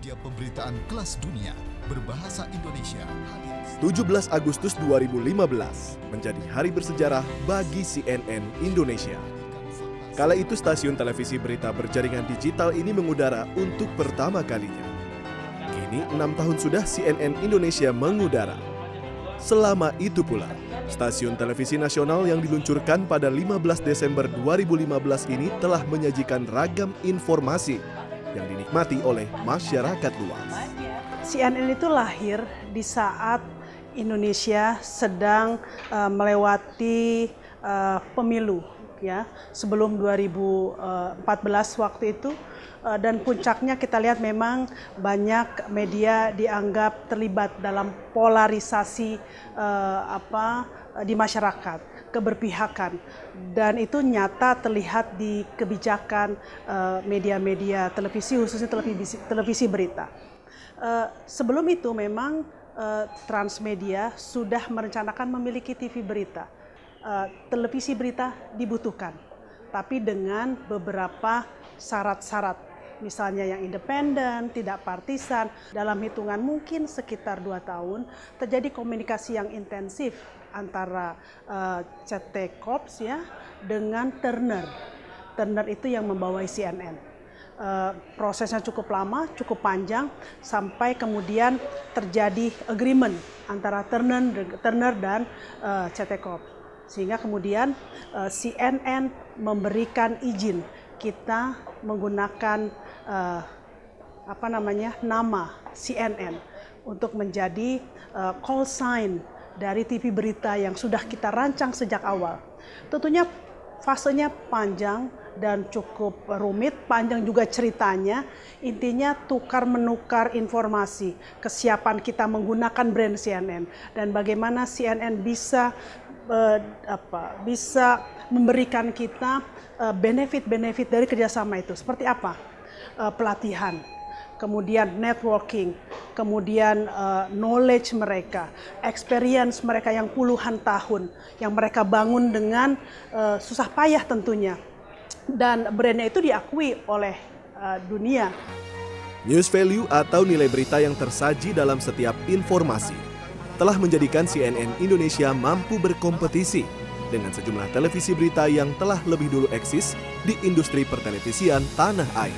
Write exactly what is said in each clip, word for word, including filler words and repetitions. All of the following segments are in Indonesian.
media pemberitaan kelas dunia berbahasa Indonesia. tujuh belas Agustus dua ribu lima belas menjadi hari bersejarah bagi C N N Indonesia. Kala itu stasiun televisi berita berjaringan digital ini mengudara untuk pertama kalinya. Kini enam tahun sudah C N N Indonesia mengudara. Selama itu pula, stasiun televisi nasional yang diluncurkan pada lima belas Desember dua ribu lima belas ini telah menyajikan ragam informasi yang dinikmati oleh masyarakat luas. C N N itu lahir di saat Indonesia sedang uh, melewati uh, pemilu, ya, sebelum dua ribu empat belas waktu itu, uh, dan puncaknya kita lihat memang banyak media dianggap terlibat dalam polarisasi uh, apa di masyarakat, keberpihakan, dan itu nyata terlihat di kebijakan media-media uh, televisi, khususnya televisi, televisi berita. Uh, sebelum itu memang uh, Transmedia sudah merencanakan memiliki T V berita. Uh, televisi berita dibutuhkan, tapi dengan beberapa syarat-syarat, misalnya yang independen, tidak partisan. Dalam hitungan mungkin sekitar dua tahun terjadi komunikasi yang intensif antara uh, C T Corps ya dengan Turner. Turner itu yang membawai C N N. Uh, prosesnya cukup lama, cukup panjang, sampai kemudian terjadi agreement antara Turner, Turner dan uh, C T Corp. Sehingga kemudian uh, C N N memberikan izin kita menggunakan uh, apa namanya nama C N N untuk menjadi uh, call sign dari T V berita yang sudah kita rancang sejak awal. Tentunya fasenya panjang dan cukup rumit, panjang juga ceritanya. Intinya tukar menukar informasi, kesiapan kita menggunakan brand C N N, dan bagaimana C N N bisa uh, apa bisa memberikan kita benefit-benefit uh, dari kerjasama itu. Seperti apa? Uh, pelatihan, kemudian networking, kemudian uh, knowledge mereka, experience mereka yang puluhan tahun, yang mereka bangun dengan uh, susah payah tentunya. Dan brandnya itu diakui oleh uh, dunia. News value atau nilai berita yang tersaji dalam setiap informasi telah menjadikan C N N Indonesia mampu berkompetisi dengan sejumlah televisi berita yang telah lebih dulu eksis di industri pertelevisian tanah air.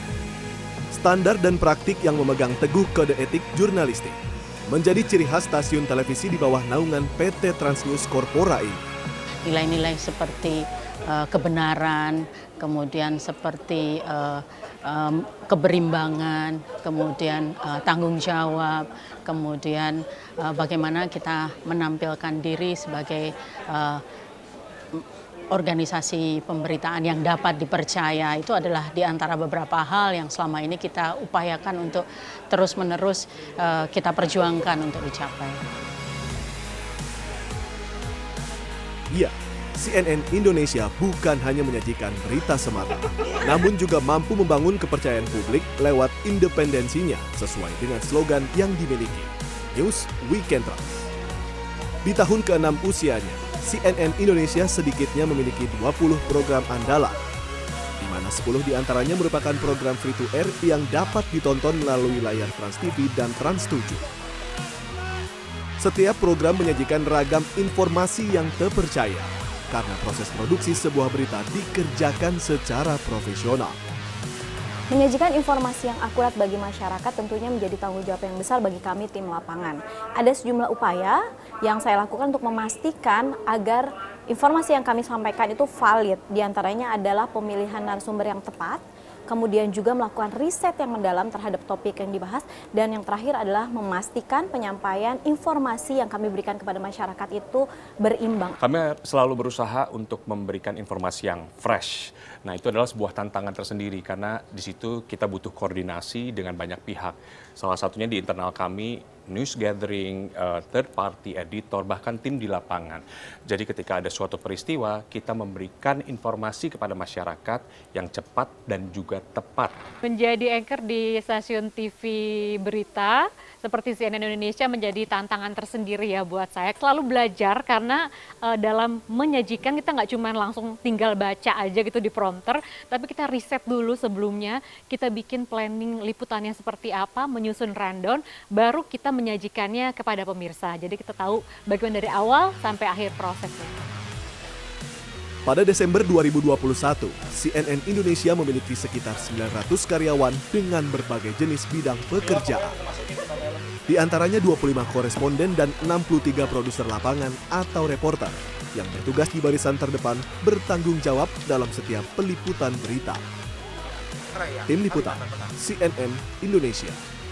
Standar dan praktik yang memegang teguh kode etik jurnalistik menjadi ciri khas stasiun televisi di bawah naungan P T Transnews Corpora ini. Nilai-nilai seperti uh, kebenaran, kemudian seperti uh, um, keberimbangan, kemudian uh, tanggung jawab, kemudian uh, bagaimana kita menampilkan diri sebagai uh, organisasi pemberitaan yang dapat dipercaya, itu adalah di antara beberapa hal yang selama ini kita upayakan untuk terus-menerus uh, kita perjuangkan untuk dicapai. Ya, C N N Indonesia bukan hanya menyajikan berita semata, namun juga mampu membangun kepercayaan publik lewat independensinya sesuai dengan slogan yang dimiliki, News We Can Trust. Di tahun keenam usianya, C N N Indonesia sedikitnya memiliki dua puluh program andalan, di mana sepuluh diantaranya merupakan program free to air yang dapat ditonton melalui layar Trans T V dan Trans tujuh. Setiap program menyajikan ragam informasi yang terpercaya, karena proses produksi sebuah berita dikerjakan secara profesional. Menyajikan informasi yang akurat bagi masyarakat tentunya menjadi tanggung jawab yang besar bagi kami tim lapangan. Ada sejumlah upaya yang saya lakukan untuk memastikan agar informasi yang kami sampaikan itu valid. Di antaranya adalah pemilihan narasumber yang tepat, kemudian juga melakukan riset yang mendalam terhadap topik yang dibahas, dan yang terakhir adalah memastikan penyampaian informasi yang kami berikan kepada masyarakat itu berimbang. Kami selalu berusaha untuk memberikan informasi yang fresh. Nah, itu adalah sebuah tantangan tersendiri karena di situ kita butuh koordinasi dengan banyak pihak. Salah satunya di internal kami news gathering, uh, third party editor, bahkan tim di lapangan. Jadi ketika ada suatu peristiwa, kita memberikan informasi kepada masyarakat yang cepat dan juga tepat. Menjadi anchor di stasiun T V berita seperti C N N Indonesia menjadi tantangan tersendiri ya buat saya. Selalu belajar karena uh, dalam menyajikan kita nggak cuma langsung tinggal baca aja gitu di prompter, tapi kita riset dulu sebelumnya, kita bikin planning liputannya seperti apa, menyusun rundown, baru kita menyajikannya kepada pemirsa. Jadi kita tahu bagaimana dari awal sampai akhir prosesnya. Pada Desember dua ribu dua puluh satu, C N N Indonesia memiliki sekitar sembilan ratus karyawan dengan berbagai jenis bidang pekerjaan. Di antaranya dua puluh lima koresponden dan enam puluh tiga produser lapangan atau reporter yang bertugas di barisan terdepan bertanggung jawab dalam setiap peliputan berita. Tim Liputan, C N N Indonesia.